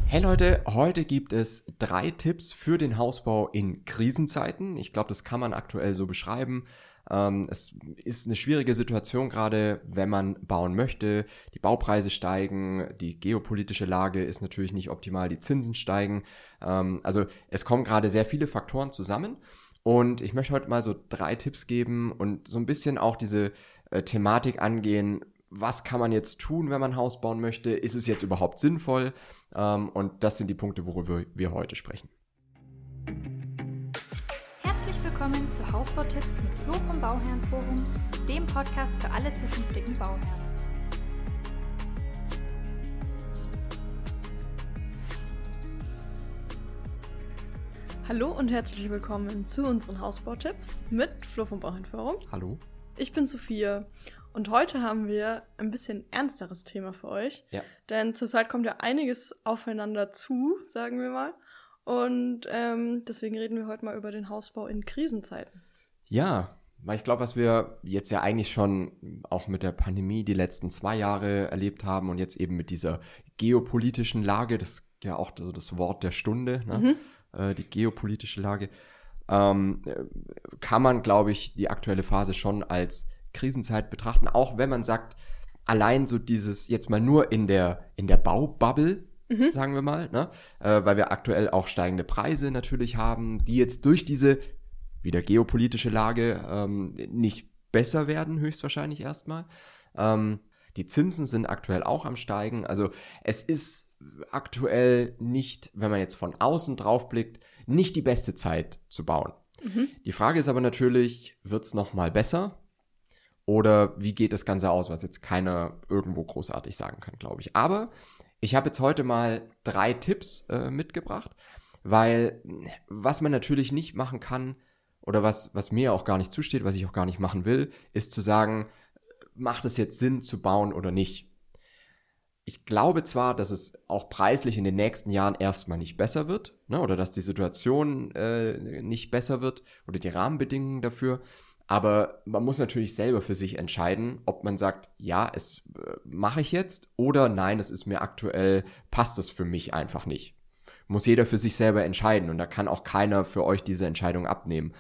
Hey Leute, heute gibt es 3 Tipps für den Hausbau in Krisenzeiten. Ich glaube, das kann man aktuell so beschreiben. Es ist eine schwierige Situation gerade, wenn man bauen möchte. Die Baupreise steigen, die geopolitische Lage ist natürlich nicht optimal, die Zinsen steigen. Also es kommen gerade sehr viele Faktoren zusammen. Und ich möchte heute mal so 3 Tipps geben und so ein bisschen auch diese Thematik angehen. Was kann man jetzt tun, wenn man ein Haus bauen möchte? Ist es jetzt überhaupt sinnvoll? Und das sind die Punkte, worüber wir heute sprechen. Herzlich willkommen zu Hausbautipps mit Flo vom Bauherrenforum, dem Podcast für alle zukünftigen Bauherren. Hallo und herzlich willkommen zu unseren Hausbautipps mit Flo vom Bauherrenforum. Hallo. Ich bin Sophia. Und heute haben wir ein bisschen ernsteres Thema für euch. Ja. Denn zurzeit kommt ja einiges aufeinander zu, sagen wir mal. Und deswegen reden wir heute mal über den Hausbau in Krisenzeiten. Ja, weil ich glaube, was wir jetzt ja eigentlich schon auch mit der Pandemie die letzten 2 Jahre erlebt haben und jetzt eben mit dieser geopolitischen Lage, das ist ja auch so das Wort der Stunde, ne? Die geopolitische Lage, kann man, glaube ich, die aktuelle Phase schon als Krisenzeit betrachten, auch wenn man sagt, allein so dieses jetzt mal nur in der Baububble, sagen wir mal, ne? Weil wir aktuell auch steigende Preise natürlich haben, die jetzt durch diese wieder geopolitische Lage nicht besser werden, höchstwahrscheinlich erstmal. Die Zinsen sind aktuell auch am Steigen, also es ist aktuell nicht, wenn man jetzt von außen drauf blickt, nicht die beste Zeit zu bauen. Die Frage ist aber natürlich, wird es nochmal besser? Oder wie geht das Ganze aus, was jetzt keiner irgendwo großartig sagen kann, glaube ich. Aber ich habe jetzt heute mal 3 Tipps mitgebracht, weil was man natürlich nicht machen kann oder was mir auch gar nicht zusteht, was ich auch gar nicht machen will, ist zu sagen, macht es jetzt Sinn zu bauen oder nicht. Ich glaube zwar, dass es auch preislich in den nächsten Jahren erstmal nicht besser wird, ne, oder dass die Situation nicht besser wird oder die Rahmenbedingungen dafür. Aber man muss natürlich selber für sich entscheiden, ob man sagt, ja, es mache ich jetzt oder nein, es ist mir aktuell, passt es für mich einfach nicht. Muss jeder für sich selber entscheiden und da kann auch keiner für euch diese Entscheidung abnehmen.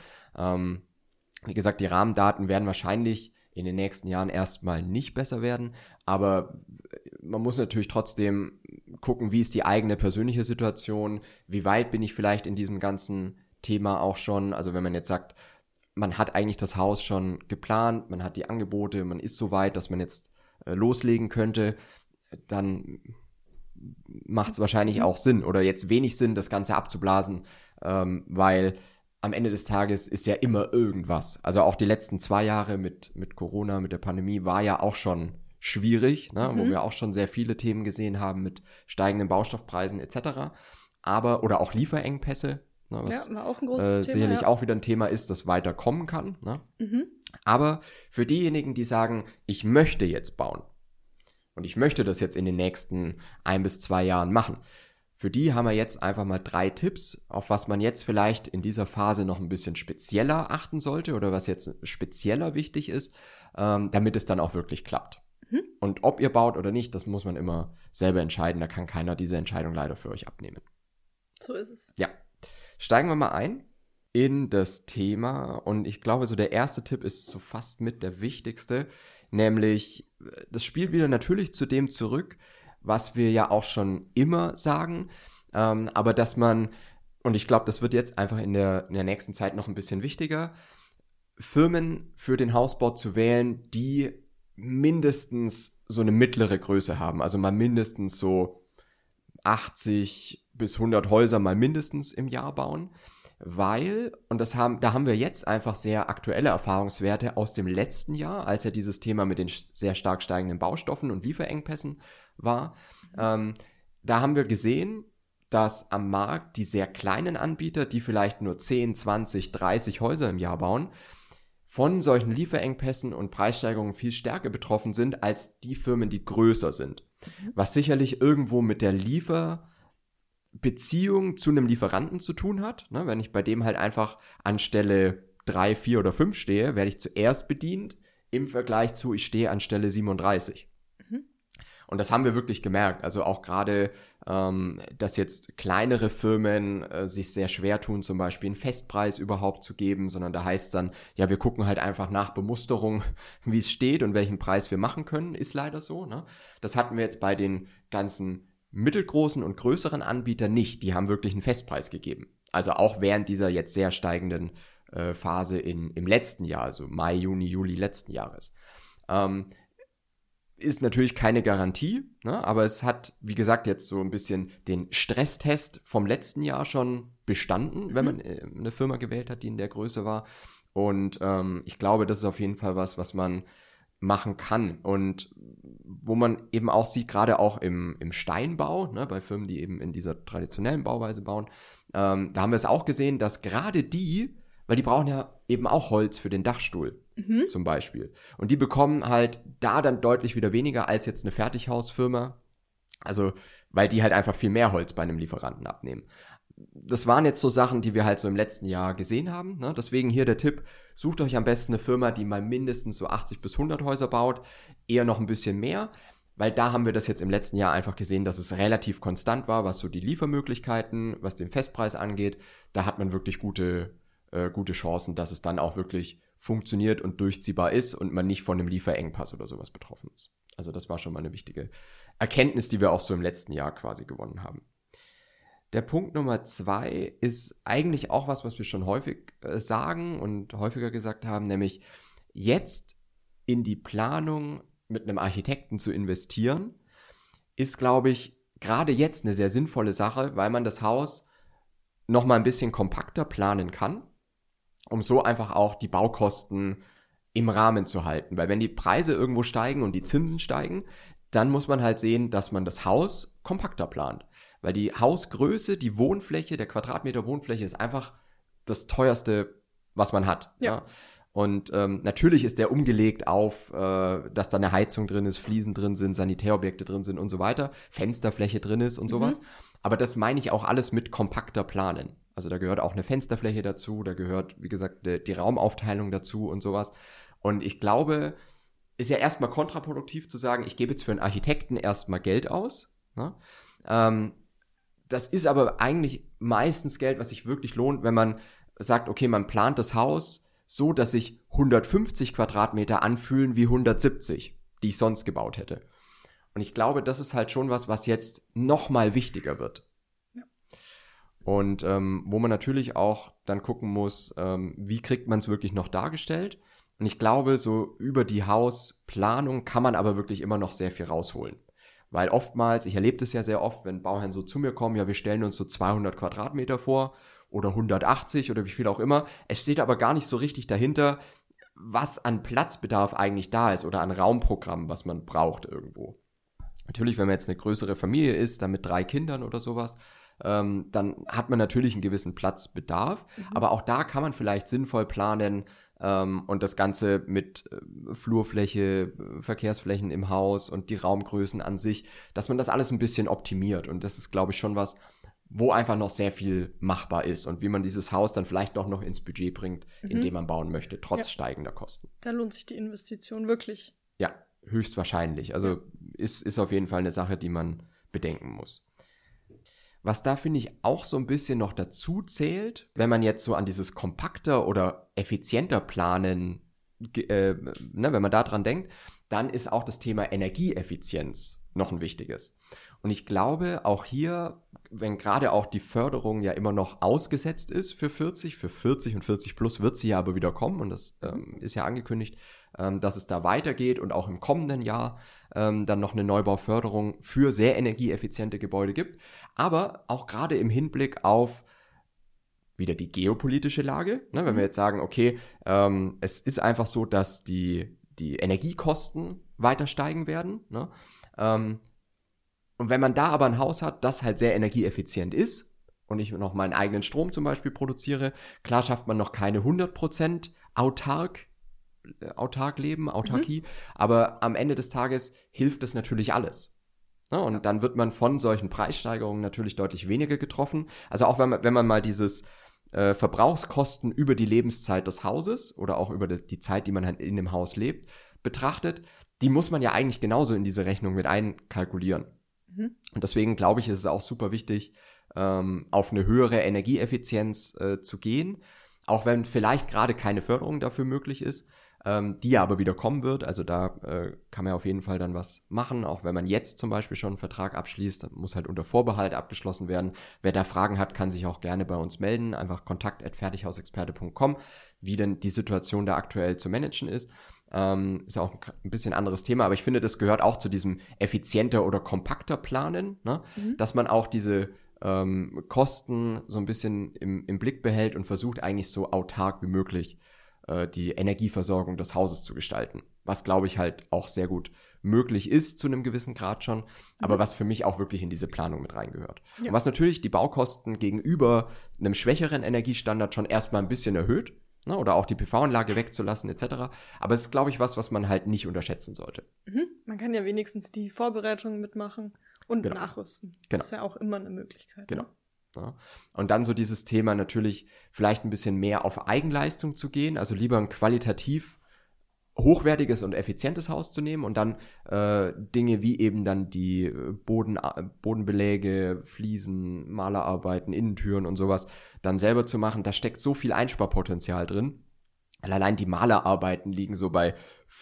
Wie gesagt, die Rahmendaten werden wahrscheinlich in den nächsten Jahren erstmal nicht besser werden, aber man muss natürlich trotzdem gucken, wie ist die eigene persönliche Situation, wie weit bin ich vielleicht in diesem ganzen Thema auch schon, also wenn man jetzt sagt, man hat eigentlich das Haus schon geplant, man hat die Angebote, man ist so weit, dass man jetzt loslegen könnte, dann macht es wahrscheinlich auch Sinn oder jetzt wenig Sinn, das Ganze abzublasen, weil am Ende des Tages ist ja immer irgendwas. Also auch die letzten 2 Jahre mit Corona, mit der Pandemie war ja auch schon schwierig, ne? Wo wir auch schon sehr viele Themen gesehen haben mit steigenden Baustoffpreisen etc. Oder auch Lieferengpässe. Ne, was war auch ein großes Thema. Sicherlich auch wieder ein Thema ist, das weiter kommen kann. Ne? Aber für diejenigen, die sagen, ich möchte jetzt bauen und ich möchte das jetzt in den nächsten 1 bis 2 Jahren machen, für die haben wir jetzt einfach mal 3 Tipps, auf was man jetzt vielleicht in dieser Phase noch ein bisschen spezieller achten sollte oder was jetzt spezieller wichtig ist, damit es dann auch wirklich klappt. Und ob ihr baut oder nicht, das muss man immer selber entscheiden. Da kann keiner diese Entscheidung leider für euch abnehmen. So ist es. Ja. Steigen wir mal ein in das Thema und ich glaube, so der erste Tipp ist so fast mit der wichtigste, nämlich das spielt wieder natürlich zu dem zurück, was wir ja auch schon immer sagen, aber dass man, und ich glaube, das wird jetzt einfach in der nächsten Zeit noch ein bisschen wichtiger, Firmen für den Hausbau zu wählen, die mindestens so eine mittlere Größe haben, also mal mindestens so 80 bis 100 Häuser mal mindestens im Jahr bauen, weil, und da haben wir jetzt einfach sehr aktuelle Erfahrungswerte aus dem letzten Jahr, als ja dieses Thema mit den sehr stark steigenden Baustoffen und Lieferengpässen war, da haben wir gesehen, dass am Markt die sehr kleinen Anbieter, die vielleicht nur 10, 20, 30 Häuser im Jahr bauen, von solchen Lieferengpässen und Preissteigerungen viel stärker betroffen sind als die Firmen, die größer sind. Was sicherlich irgendwo mit der Beziehung zu einem Lieferanten zu tun hat. Ne? Wenn ich bei dem halt einfach an Stelle 3, 4 oder 5 stehe, werde ich zuerst bedient im Vergleich zu, ich stehe an Stelle 37. Und das haben wir wirklich gemerkt. Also auch gerade, dass jetzt kleinere Firmen sich sehr schwer tun, zum Beispiel einen Festpreis überhaupt zu geben, sondern da heißt es dann, ja, wir gucken halt einfach nach Bemusterung, wie es steht und welchen Preis wir machen können, ist leider so. Ne? Das hatten wir jetzt bei den ganzen mittelgroßen und größeren Anbietern nicht. Die haben wirklich einen Festpreis gegeben. Also auch während dieser jetzt sehr steigenden Phase im letzten Jahr, also Mai, Juni, Juli letzten Jahres. Ist natürlich keine Garantie, ne? Aber es hat, wie gesagt, jetzt so ein bisschen den Stresstest vom letzten Jahr schon bestanden, wenn man eine Firma gewählt hat, die in der Größe war. Und ich glaube, das ist auf jeden Fall was man machen kann. Und wo man eben auch sieht, gerade auch im Steinbau, ne, bei Firmen, die eben in dieser traditionellen Bauweise bauen, da haben wir es auch gesehen, dass gerade weil die brauchen ja eben auch Holz für den Dachstuhl zum Beispiel. Und die bekommen halt da dann deutlich wieder weniger als jetzt eine Fertighausfirma. Also, weil die halt einfach viel mehr Holz bei einem Lieferanten abnehmen. Das waren jetzt so Sachen, die wir halt so im letzten Jahr gesehen haben. Ne? Deswegen hier der Tipp, sucht euch am besten eine Firma, die mal mindestens so 80 bis 100 Häuser baut. Eher noch ein bisschen mehr, weil da haben wir das jetzt im letzten Jahr einfach gesehen, dass es relativ konstant war, was so die Liefermöglichkeiten, was den Festpreis angeht. Da hat man wirklich gute Chancen, dass es dann auch wirklich funktioniert und durchziehbar ist und man nicht von einem Lieferengpass oder sowas betroffen ist. Also das war schon mal eine wichtige Erkenntnis, die wir auch so im letzten Jahr quasi gewonnen haben. Der Punkt Nummer 2 ist eigentlich auch was wir schon häufig sagen und häufiger gesagt haben, nämlich jetzt in die Planung mit einem Architekten zu investieren, ist, glaube ich, gerade jetzt eine sehr sinnvolle Sache, weil man das Haus noch mal ein bisschen kompakter planen kann, um so einfach auch die Baukosten im Rahmen zu halten. Weil wenn die Preise irgendwo steigen und die Zinsen steigen, dann muss man halt sehen, dass man das Haus kompakter plant. Weil die Hausgröße, die Wohnfläche, der Quadratmeter Wohnfläche ist einfach das teuerste, was man hat. Ja. Und natürlich ist der umgelegt auf, dass da eine Heizung drin ist, Fliesen drin sind, Sanitärobjekte drin sind und so weiter, Fensterfläche drin ist und sowas. Aber das meine ich auch alles mit kompakter planen. Also da gehört auch eine Fensterfläche dazu, da gehört, wie gesagt, die Raumaufteilung dazu und sowas. Und ich glaube, ist ja erstmal kontraproduktiv zu sagen, ich gebe jetzt für einen Architekten erstmal Geld aus. Ne? Das ist aber eigentlich meistens Geld, was sich wirklich lohnt, wenn man sagt, okay, man plant das Haus so, dass sich 150 Quadratmeter anfühlen wie 170, die ich sonst gebaut hätte. Und ich glaube, das ist halt schon was jetzt noch mal wichtiger wird. Ja. Und wo man natürlich auch dann gucken muss, wie kriegt man es wirklich noch dargestellt. Und ich glaube, so über die Hausplanung kann man aber wirklich immer noch sehr viel rausholen. Weil oftmals, ich erlebe das ja sehr oft, wenn Bauherren so zu mir kommen, ja, wir stellen uns so 200 Quadratmeter vor oder 180 oder wie viel auch immer. Es steht aber gar nicht so richtig dahinter, was an Platzbedarf eigentlich da ist oder an Raumprogramm, was man braucht irgendwo. Natürlich, wenn man jetzt eine größere Familie ist, dann mit 3 Kindern oder sowas, dann hat man natürlich einen gewissen Platzbedarf. Aber auch da kann man vielleicht sinnvoll planen und das Ganze mit Flurfläche, Verkehrsflächen im Haus und die Raumgrößen an sich, dass man das alles ein bisschen optimiert. Und das ist, glaube ich, schon was, wo einfach noch sehr viel machbar ist und wie man dieses Haus dann vielleicht doch noch ins Budget bringt, in dem man bauen möchte, trotz steigender Kosten. Da lohnt sich die Investition wirklich. Ja, höchstwahrscheinlich. Also ist auf jeden Fall eine Sache, die man bedenken muss. Was da, finde ich, auch so ein bisschen noch dazu zählt, wenn man jetzt so an dieses kompakter oder effizienter Planen, wenn man da dran denkt, dann ist auch das Thema Energieeffizienz noch ein wichtiges. Und ich glaube, auch hier, wenn gerade auch die Förderung ja immer noch ausgesetzt ist für 40 und 40 plus wird sie ja aber wieder kommen und das ist ja angekündigt, dass es da weitergeht und auch im kommenden Jahr dann noch eine Neubauförderung für sehr energieeffiziente Gebäude gibt. Aber auch gerade im Hinblick auf wieder die geopolitische Lage, ne, wenn wir jetzt sagen, okay, es ist einfach so, dass die Energiekosten weiter steigen werden, ne? Und wenn man da aber ein Haus hat, das halt sehr energieeffizient ist und ich noch meinen eigenen Strom zum Beispiel produziere, klar schafft man noch keine 100% autark leben, Autarkie, aber am Ende des Tages hilft das natürlich alles. Ja, und dann wird man von solchen Preissteigerungen natürlich deutlich weniger getroffen. Also auch wenn man mal dieses Verbrauchskosten über die Lebenszeit des Hauses oder auch über die Zeit, die man halt in dem Haus lebt, betrachtet, die muss man ja eigentlich genauso in diese Rechnung mit einkalkulieren. Und deswegen glaube ich, ist es auch super wichtig, auf eine höhere Energieeffizienz zu gehen, auch wenn vielleicht gerade keine Förderung dafür möglich ist, die ja aber wieder kommen wird. Also da kann man auf jeden Fall dann was machen, auch wenn man jetzt zum Beispiel schon einen Vertrag abschließt, dann muss halt unter Vorbehalt abgeschlossen werden. Wer da Fragen hat, kann sich auch gerne bei uns melden, einfach kontakt@fertighausexperte.com, wie denn die Situation da aktuell zu managen ist. Ist auch ein bisschen anderes Thema, aber ich finde, das gehört auch zu diesem effizienter oder kompakter Planen, ne? Dass man auch diese Kosten so ein bisschen im Blick behält und versucht eigentlich so autark wie möglich die Energieversorgung des Hauses zu gestalten. Was, glaube ich, halt auch sehr gut möglich ist zu einem gewissen Grad schon, aber was für mich auch wirklich in diese Planung mit reingehört. Ja. Und was natürlich die Baukosten gegenüber einem schwächeren Energiestandard schon erstmal ein bisschen erhöht, ne, oder auch die PV-Anlage wegzulassen etc. Aber es ist, glaube ich, was man halt nicht unterschätzen sollte. Man kann ja wenigstens die Vorbereitung mitmachen und nachrüsten. Genau. Das ist ja auch immer eine Möglichkeit. Genau. Ja. Und dann so dieses Thema natürlich vielleicht ein bisschen mehr auf Eigenleistung zu gehen, also lieber ein qualitativ hochwertiges und effizientes Haus zu nehmen und dann Dinge wie eben dann die Bodenbeläge, Fliesen, Malerarbeiten, Innentüren und sowas dann selber zu machen. Da steckt so viel Einsparpotenzial drin. Weil allein die Malerarbeiten liegen so bei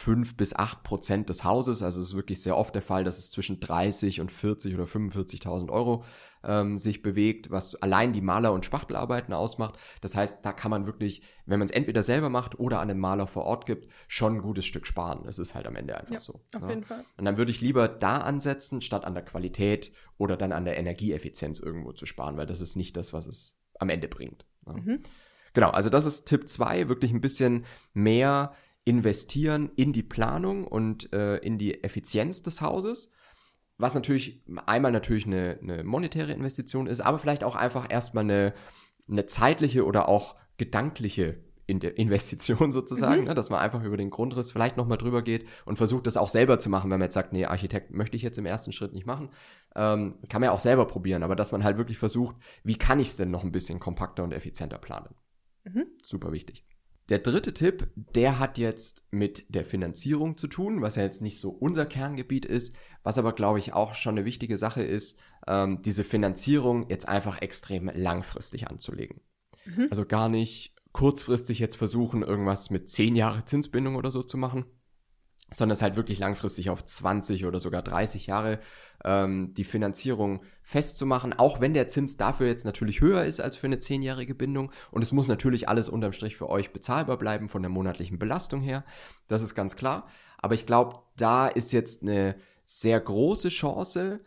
5-8% des Hauses. Also es ist wirklich sehr oft der Fall, dass es zwischen 30 und 40 oder 45.000 Euro sich bewegt, was allein die Maler- und Spachtelarbeiten ausmacht. Das heißt, da kann man wirklich, wenn man es entweder selber macht oder an einen Maler vor Ort gibt, schon ein gutes Stück sparen. Das ist halt am Ende einfach so. Auf jeden Fall. Und dann würde ich lieber da ansetzen, statt an der Qualität oder dann an der Energieeffizienz irgendwo zu sparen, weil das ist nicht das, was es am Ende bringt. Ja. Genau, also das ist Tipp 2, wirklich ein bisschen mehr investieren in die Planung und in die Effizienz des Hauses, was natürlich einmal eine monetäre Investition ist, aber vielleicht auch einfach erstmal eine zeitliche oder auch gedankliche Investition sozusagen, ne, dass man einfach über den Grundriss vielleicht nochmal drüber geht und versucht, das auch selber zu machen, wenn man jetzt sagt, nee, Architekt möchte ich jetzt im ersten Schritt nicht machen, kann man ja auch selber probieren, aber dass man halt wirklich versucht, wie kann ich es denn noch ein bisschen kompakter und effizienter planen. Super wichtig. Der dritte Tipp, der hat jetzt mit der Finanzierung zu tun, was ja jetzt nicht so unser Kerngebiet ist, was aber, glaube ich, auch schon eine wichtige Sache ist, diese Finanzierung jetzt einfach extrem langfristig anzulegen. Also gar nicht kurzfristig jetzt versuchen, irgendwas mit 10 Jahre Zinsbindung oder so zu machen, sondern es halt wirklich langfristig auf 20 oder sogar 30 Jahre die Finanzierung festzumachen, auch wenn der Zins dafür jetzt natürlich höher ist als für eine 10-jährige Bindung. Und es muss natürlich alles unterm Strich für euch bezahlbar bleiben von der monatlichen Belastung her. Das ist ganz klar. Aber ich glaube, da ist jetzt eine sehr große Chance,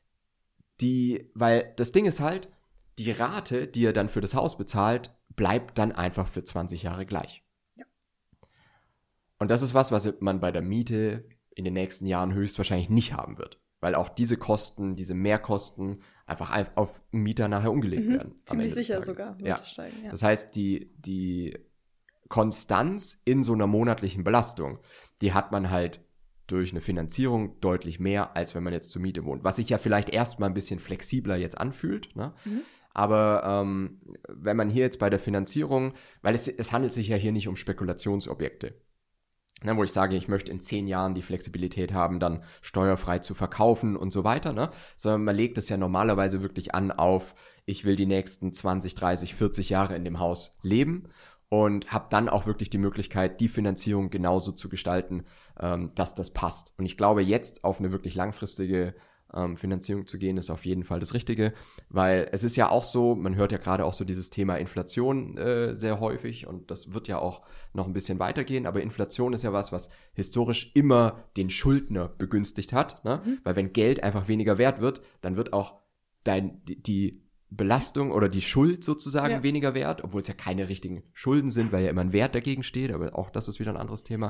weil das Ding ist halt, die Rate, die ihr dann für das Haus bezahlt, bleibt dann einfach für 20 Jahre gleich. Und das ist was man bei der Miete in den nächsten Jahren höchstwahrscheinlich nicht haben wird. Weil auch diese Kosten, diese Mehrkosten einfach auf den Mieter nachher umgelegt werden. Ziemlich sicher sogar. Ja. Steigen, ja. Das heißt, die Konstanz in so einer monatlichen Belastung, die hat man halt durch eine Finanzierung deutlich mehr, als wenn man jetzt zur Miete wohnt. Was sich ja vielleicht erstmal ein bisschen flexibler jetzt anfühlt, ne? Aber wenn man hier jetzt bei der Finanzierung, weil es handelt sich ja hier nicht um Spekulationsobjekte, ne, wo ich sage, ich möchte in 10 Jahren die Flexibilität haben, dann steuerfrei zu verkaufen und so weiter, ne? Sondern man legt es ja normalerweise wirklich an auf, ich will die nächsten 20, 30, 40 Jahre in dem Haus leben und habe dann auch wirklich die Möglichkeit, die Finanzierung genauso zu gestalten, dass das passt. Und ich glaube, jetzt auf eine wirklich langfristige Finanzierung zu gehen, ist auf jeden Fall das Richtige, weil es ist ja auch so, man hört ja gerade auch so dieses Thema Inflation sehr häufig und das wird ja auch noch ein bisschen weitergehen, aber Inflation ist ja was historisch immer den Schuldner begünstigt hat, ne? Weil wenn Geld einfach weniger wert wird, dann wird auch die Belastung oder die Schuld sozusagen weniger wert, obwohl es ja keine richtigen Schulden sind, weil ja immer ein Wert dagegen steht, aber auch das ist wieder ein anderes Thema.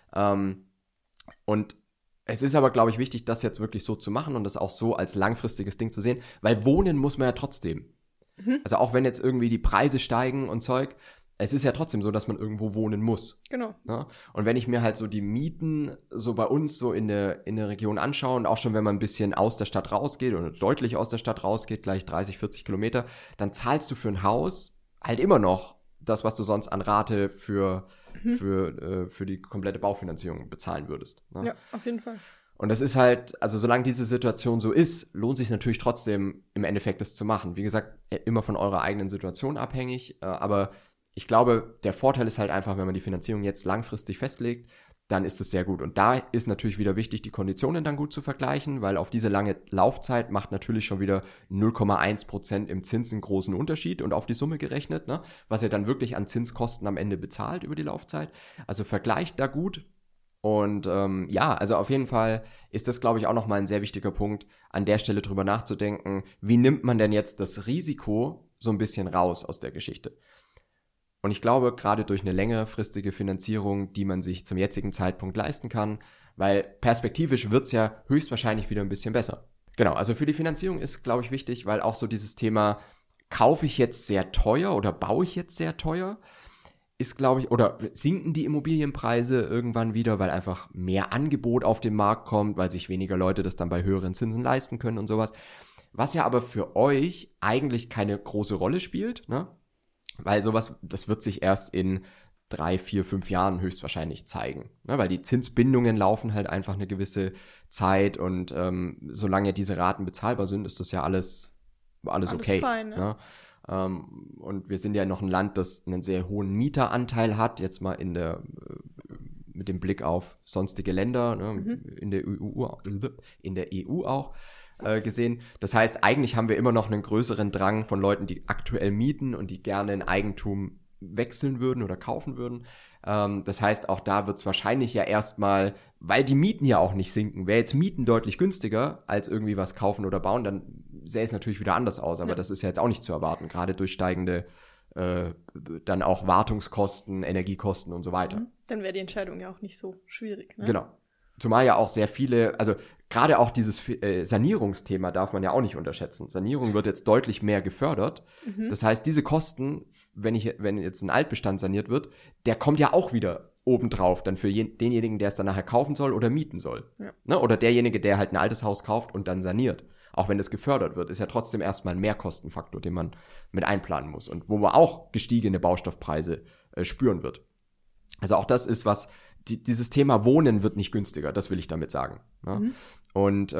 Und es ist aber, glaube ich, wichtig, das jetzt wirklich so zu machen und das auch so als langfristiges Ding zu sehen, weil wohnen muss man ja trotzdem. Also auch wenn jetzt irgendwie die Preise steigen und Zeug, es ist ja trotzdem so, dass man irgendwo wohnen muss. Genau. Ne? Und wenn ich mir halt so die Mieten so bei uns so in der Region anschaue und auch schon, wenn man ein bisschen aus der Stadt rausgeht oder deutlich aus der Stadt rausgeht, gleich 30, 40 Kilometer, dann zahlst du für ein Haus halt immer noch das, was du sonst an Rate für die komplette Baufinanzierung bezahlen würdest. Ne? Ja, auf jeden Fall. Und das ist halt, also solange diese Situation so ist, lohnt sich natürlich trotzdem im Endeffekt das zu machen. Wie gesagt, immer von eurer eigenen Situation abhängig, aber ich glaube, der Vorteil ist halt einfach, wenn man die Finanzierung jetzt langfristig festlegt, dann ist es sehr gut. Und da ist natürlich wieder wichtig, die Konditionen dann gut zu vergleichen, weil auf diese lange Laufzeit macht natürlich schon wieder 0,1% im Zins einen großen Unterschied und auf die Summe gerechnet, ne, was ihr dann wirklich an Zinskosten am Ende bezahlt über die Laufzeit. Also vergleicht da gut. Und also auf jeden Fall ist das, glaube ich, auch nochmal ein sehr wichtiger Punkt, an der Stelle drüber nachzudenken, wie nimmt man denn jetzt das Risiko so ein bisschen raus aus der Geschichte? Und ich glaube, gerade durch eine längerfristige Finanzierung, die man sich zum jetzigen Zeitpunkt leisten kann, weil perspektivisch wird es ja höchstwahrscheinlich wieder ein bisschen besser. Genau, also für die Finanzierung ist, glaube ich, wichtig, weil auch so dieses Thema, kaufe ich jetzt sehr teuer oder baue ich jetzt sehr teuer, ist, glaube ich, oder sinken die Immobilienpreise irgendwann wieder, weil einfach mehr Angebot auf den Markt kommt, weil sich weniger Leute das dann bei höheren Zinsen leisten können und sowas. Was ja aber für euch eigentlich keine große Rolle spielt, ne? Weil sowas, das wird sich erst in 3, 4, 5 Jahren höchstwahrscheinlich zeigen. Ne? Weil die Zinsbindungen laufen halt einfach eine gewisse Zeit und solange diese Raten bezahlbar sind, ist das ja alles okay. Fein, ne? Ne? Und wir sind ja noch ein Land, das einen sehr hohen Mieteranteil hat, jetzt mal mit dem Blick auf sonstige Länder, ne? in der EU auch. Gesehen. Das heißt, eigentlich haben wir immer noch einen größeren Drang von Leuten, die aktuell mieten und die gerne in Eigentum wechseln würden oder kaufen würden. Das heißt, auch da wird es wahrscheinlich ja erstmal, weil die Mieten ja auch nicht sinken, wäre jetzt Mieten deutlich günstiger als irgendwie was kaufen oder bauen, dann sähe es natürlich wieder anders aus. Aber das ist ja jetzt auch nicht zu erwarten, gerade durch steigende dann auch Wartungskosten, Energiekosten und so weiter. Dann wäre die Entscheidung ja auch nicht so schwierig. Ne? Genau. Zumal ja auch sehr viele, also gerade auch dieses Sanierungsthema darf man ja auch nicht unterschätzen. Sanierung wird jetzt deutlich mehr gefördert. Das heißt, diese Kosten, wenn jetzt ein Altbestand saniert wird, der kommt ja auch wieder obendrauf dann für denjenigen, der es dann nachher kaufen soll oder mieten soll. Ja. Ne? Oder derjenige, der halt ein altes Haus kauft und dann saniert. Auch wenn das gefördert wird, ist ja trotzdem erstmal ein Mehrkostenfaktor, den man mit einplanen muss und wo man auch gestiegene Baustoffpreise spüren wird. Also auch das ist was, dieses Thema Wohnen wird nicht günstiger, das will ich damit sagen. Ne? Und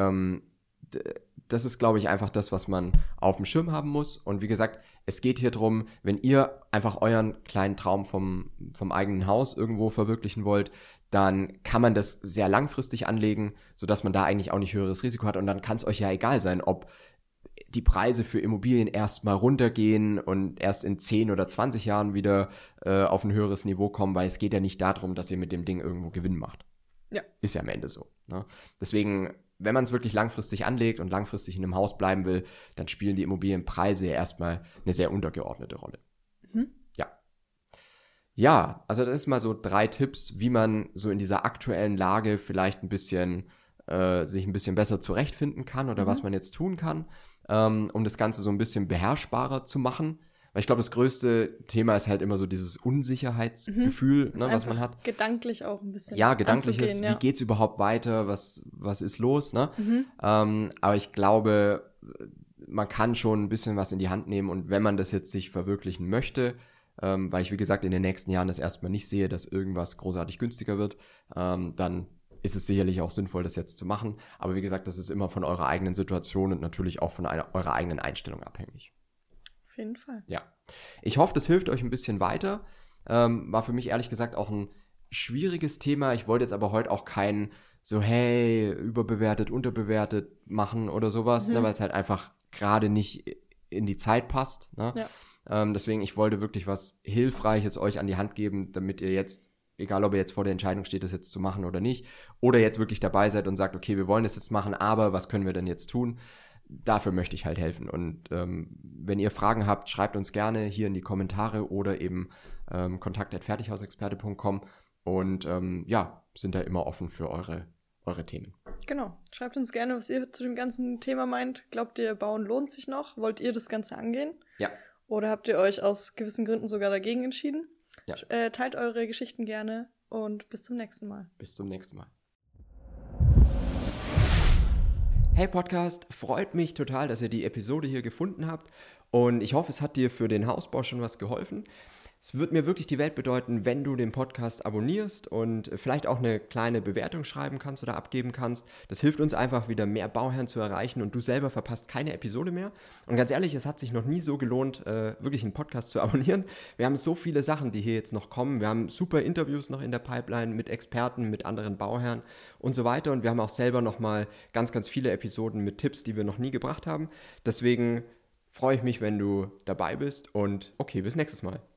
das ist, glaube ich, einfach das, was man auf dem Schirm haben muss. Und wie gesagt, es geht hier drum, wenn ihr einfach euren kleinen Traum vom eigenen Haus irgendwo verwirklichen wollt, dann kann man das sehr langfristig anlegen, sodass man da eigentlich auch nicht höheres Risiko hat. Und dann kann es euch ja egal sein, ob die Preise für Immobilien erstmal runtergehen und erst in 10 oder 20 Jahren wieder auf ein höheres Niveau kommen, weil es geht ja nicht darum, dass ihr mit dem Ding irgendwo Gewinn macht. Ja. Ist ja am Ende so. Ne? Deswegen, wenn man es wirklich langfristig anlegt und langfristig in einem Haus bleiben will, dann spielen die Immobilienpreise ja erstmal eine sehr untergeordnete Rolle. Ja, also das ist mal so 3 Tipps, wie man so in dieser aktuellen Lage vielleicht ein bisschen sich ein bisschen besser zurechtfinden kann oder was man jetzt tun kann, um das Ganze so ein bisschen beherrschbarer zu machen. Weil ich glaube, das größte Thema ist halt immer so dieses Unsicherheitsgefühl, ne, was man hat. Gedanklich auch ein bisschen. Ja, gedankliches, wie geht's überhaupt weiter, was ist los, ne? Aber ich glaube, man kann schon ein bisschen was in die Hand nehmen und wenn man das jetzt sich verwirklichen möchte, weil ich, wie gesagt, in den nächsten Jahren das erstmal nicht sehe, dass irgendwas großartig günstiger wird, dann ist es sicherlich auch sinnvoll, das jetzt zu machen. Aber wie gesagt, das ist immer von eurer eigenen Situation und natürlich auch von eurer eigenen Einstellung abhängig. Auf jeden Fall. Ja. Ich hoffe, das hilft euch ein bisschen weiter. War für mich ehrlich gesagt auch ein schwieriges Thema. Ich wollte jetzt aber heute auch kein so, hey, überbewertet, unterbewertet machen oder sowas, ne, weil es halt einfach gerade nicht in die Zeit passt. Ne? Ja. Deswegen, ich wollte wirklich was Hilfreiches euch an die Hand geben, damit ihr jetzt, egal ob ihr jetzt vor der Entscheidung steht, das jetzt zu machen oder nicht, oder jetzt wirklich dabei seid und sagt, okay, wir wollen das jetzt machen, aber was können wir denn jetzt tun? Dafür möchte ich halt helfen. Und wenn ihr Fragen habt, schreibt uns gerne hier in die Kommentare oder eben kontakt@fertighausexperte.com und sind da immer offen für eure Themen. Genau. Schreibt uns gerne, was ihr zu dem ganzen Thema meint. Glaubt ihr, Bauen lohnt sich noch? Wollt ihr das Ganze angehen? Ja. Oder habt ihr euch aus gewissen Gründen sogar dagegen entschieden? Ja. Teilt eure Geschichten gerne und bis zum nächsten Mal. Bis zum nächsten Mal. Hey Podcast, freut mich total, dass ihr die Episode hier gefunden habt und ich hoffe, es hat dir für den Hausbau schon was geholfen. Es wird mir wirklich die Welt bedeuten, wenn du den Podcast abonnierst und vielleicht auch eine kleine Bewertung schreiben kannst oder abgeben kannst. Das hilft uns einfach, wieder mehr Bauherren zu erreichen und du selber verpasst keine Episode mehr. Und ganz ehrlich, es hat sich noch nie so gelohnt, wirklich einen Podcast zu abonnieren. Wir haben so viele Sachen, die hier jetzt noch kommen. Wir haben super Interviews noch in der Pipeline mit Experten, mit anderen Bauherren und so weiter. Und wir haben auch selber nochmal ganz, ganz viele Episoden mit Tipps, die wir noch nie gebracht haben. Deswegen freue ich mich, wenn du dabei bist und okay, bis nächstes Mal.